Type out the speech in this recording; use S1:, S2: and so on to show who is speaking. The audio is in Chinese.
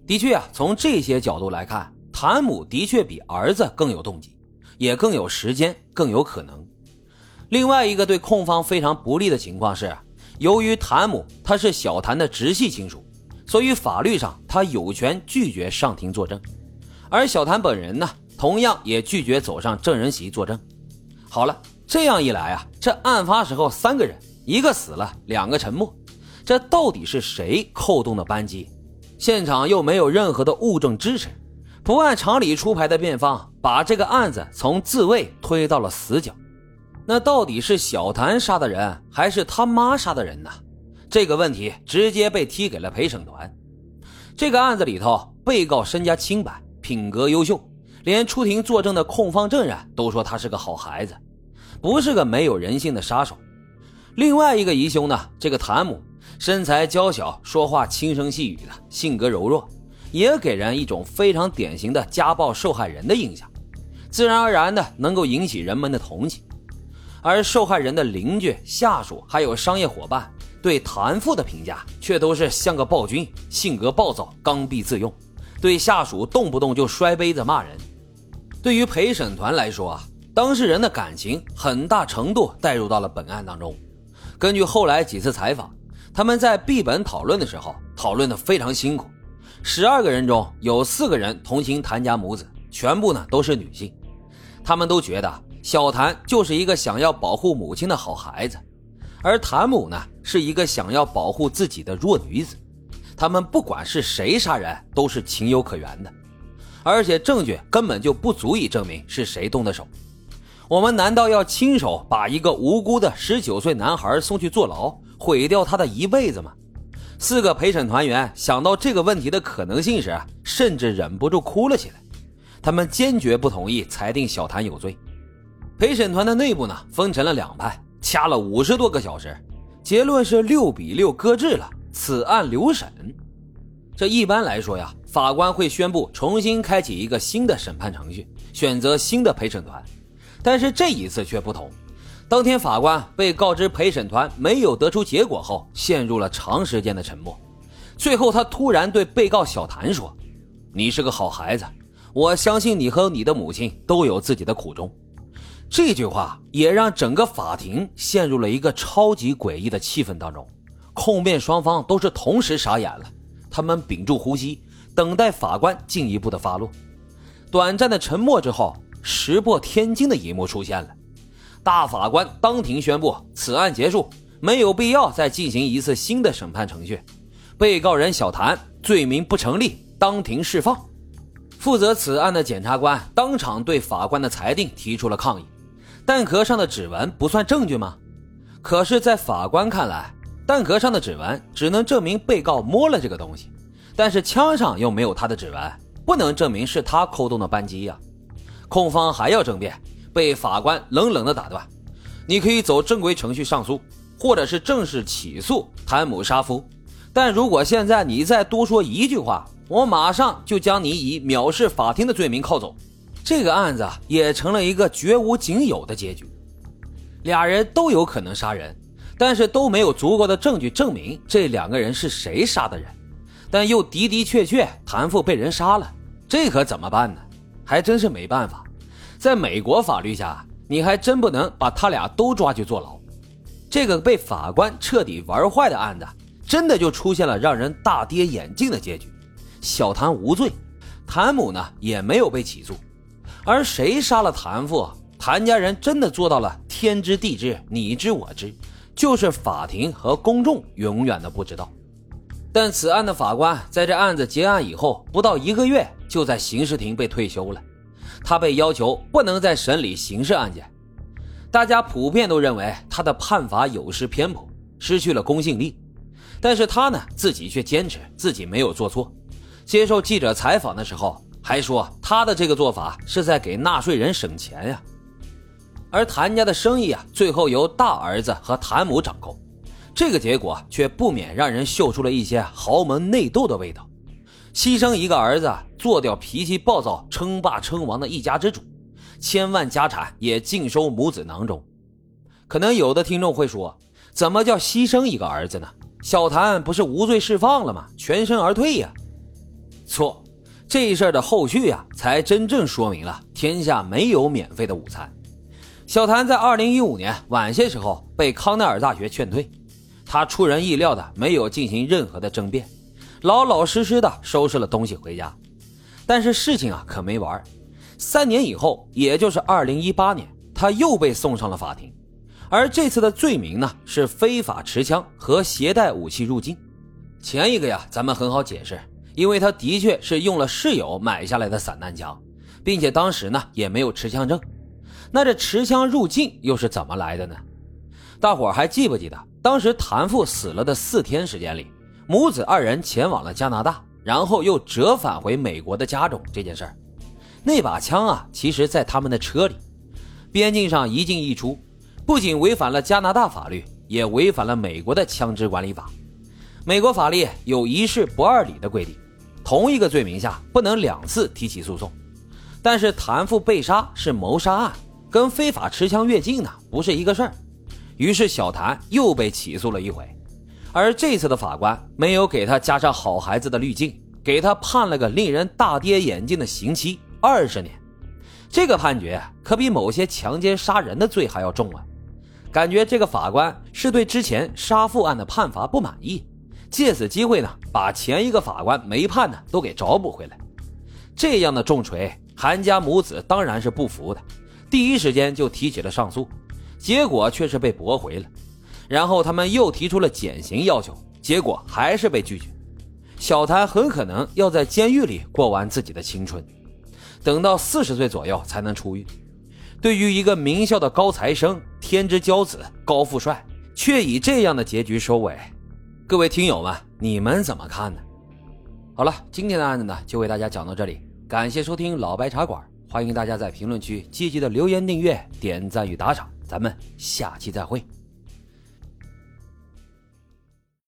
S1: 的确从这些角度来看，谭母的确比儿子更有动机，也更有时间，更有可能。另外一个对控方非常不利的情况是，由于谭母她是小谭的直系亲属，所以法律上她有权拒绝上庭作证，而小谭本人呢，同样也拒绝走上证人席作证。好了，这样一来这案发时候3个人，一个死了，2个沉默，这到底是谁扣动的扳机？现场又没有任何的物证支持，不按常理出牌的辩方把这个案子从自卫推到了死角。那到底是小谭杀的人还是他妈杀的人呢？这个问题直接被踢给了陪审团。这个案子里头，被告身家清白，品格优秀，连出庭作证的控方证人都说他是个好孩子，不是个没有人性的杀手。另外一个疑凶呢，这个谭母身材娇小，说话轻声细语的，性格柔弱，也给人一种非常典型的家暴受害人的印象，自然而然的能够引起人们的同情。而受害人的邻居、下属还有商业伙伴对谭父的评价却都是像个暴君，性格暴躁，刚愎自用，对下属动不动就摔杯子骂人。对于陪审团来说当事人的感情很大程度带入到了本案当中。根据后来几次采访，他们在闭本讨论的时候讨论得非常辛苦，12个人中有4个人同情谭家母子，全部呢都是女性。他们都觉得小谭就是一个想要保护母亲的好孩子，而谭母呢是一个想要保护自己的弱女子。他们不管是谁杀人都是情有可原的，而且证据根本就不足以证明是谁动的手。我们难道要亲手把一个无辜的19岁男孩送去坐牢，毁掉他的一辈子吗？4个陪审团员想到这个问题的可能性时，甚至忍不住哭了起来。他们坚决不同意裁定小谭有罪。陪审团的内部呢分成了2派，掐了50多个小时，结论是6比6搁置了，此案留审。这一般来说法官会宣布重新开启一个新的审判程序，选择新的陪审团。但是这一次却不同，当天法官被告知陪审团没有得出结果后，陷入了长时间的沉默。最后他突然对被告小谭说，你是个好孩子，我相信你和你的母亲都有自己的苦衷。这句话也让整个法庭陷入了一个超级诡异的气氛当中，控辩双方都是同时傻眼了，他们屏住呼吸，等待法官进一步的发落。短暂的沉默之后，石破天惊的一幕出现了，大法官当庭宣布此案结束，没有必要再进行一次新的审判程序，被告人小谭罪名不成立，当庭释放。负责此案的检察官当场对法官的裁定提出了抗议，弹壳上的指纹不算证据吗？可是在法官看来，弹壳上的指纹只能证明被告摸了这个东西，但是枪上又没有他的指纹，不能证明是他扣动的扳机控方还要争辩，被法官冷冷地打断，你可以走正规程序上诉，或者是正式起诉谭母杀夫，但如果现在你再多说一句话，我马上就将你以藐视法庭的罪名铐走。这个案子也成了一个绝无仅有的结局。俩人都有可能杀人，但是都没有足够的证据证明这2个人是谁杀的人，但又的的确确谭父被人杀了，这可怎么办呢？还真是没办法。在美国法律下，你还真不能把他俩都抓去坐牢。这个被法官彻底玩坏的案子，真的就出现了让人大跌眼镜的结局。小谭无罪，谭母呢也没有被起诉。而谁杀了谭父，谭家人真的做到了天知地知你知我知，就是法庭和公众永远都不知道。但此案的法官在这案子结案以后不到1个月就在刑事庭被退休了，他被要求不能再审理刑事案件。大家普遍都认为他的判罚有失偏颇，失去了公信力，但是他呢自己却坚持自己没有做错。接受记者采访的时候还说他的这个做法是在给纳税人省钱呀。而谭家的生意最后由大儿子和谭母掌控，这个结果却不免让人嗅出了一些豪门内斗的味道。牺牲一个儿子，做掉脾气暴躁称霸称王的一家之主，千万家产也尽收母子囊中。可能有的听众会说，怎么叫牺牲一个儿子呢？小谭不是无罪释放了吗？全身而退呀。 错，这事儿的后续才真正说明了天下没有免费的午餐。小谭在2015年晚些时候被康奈尔大学劝退，他出人意料的没有进行任何的争辩，老老实实的收拾了东西回家。但是事情可没完，3年以后，也就是2018年，他又被送上了法庭。而这次的罪名呢是非法持枪和携带武器入境。前一个咱们很好解释，因为他的确是用了室友买下来的散弹枪，并且当时呢也没有持枪证。那这持枪入境又是怎么来的呢？大伙还记不记得当时谭父死了的4天时间里，母子2人前往了加拿大，然后又折返回美国的家中这件事儿。那把枪其实在他们的车里，边境上一进一出，不仅违反了加拿大法律，也违反了美国的枪支管理法。美国法律有一事不二理的规定，同一个罪名下不能2次提起诉讼。但是谭父被杀是谋杀案，跟非法持枪越境不是一个事儿。于是小谭又被起诉了一回，而这次的法官没有给他加上好孩子的滤镜，给他判了个令人大跌眼镜的刑期20年。这个判决可比某些强奸杀人的罪还要重感觉这个法官是对之前杀父案的判罚不满意，借此机会把前一个法官没判的都给找补回来。这样的重锤，韩家母子当然是不服的，第一时间就提起了上诉，结果却是被驳回了。然后他们又提出了减刑要求，结果还是被拒绝。小谭很可能要在监狱里过完自己的青春，等到40岁左右才能出狱。对于一个名校的高材生、天之骄子、高富帅，却以这样的结局收尾，各位听友们，你们怎么看呢？好了，今天的案子呢就为大家讲到这里，感谢收听老白茶馆，欢迎大家在评论区积极的留言、订阅、点赞与打赏，咱们下期再会。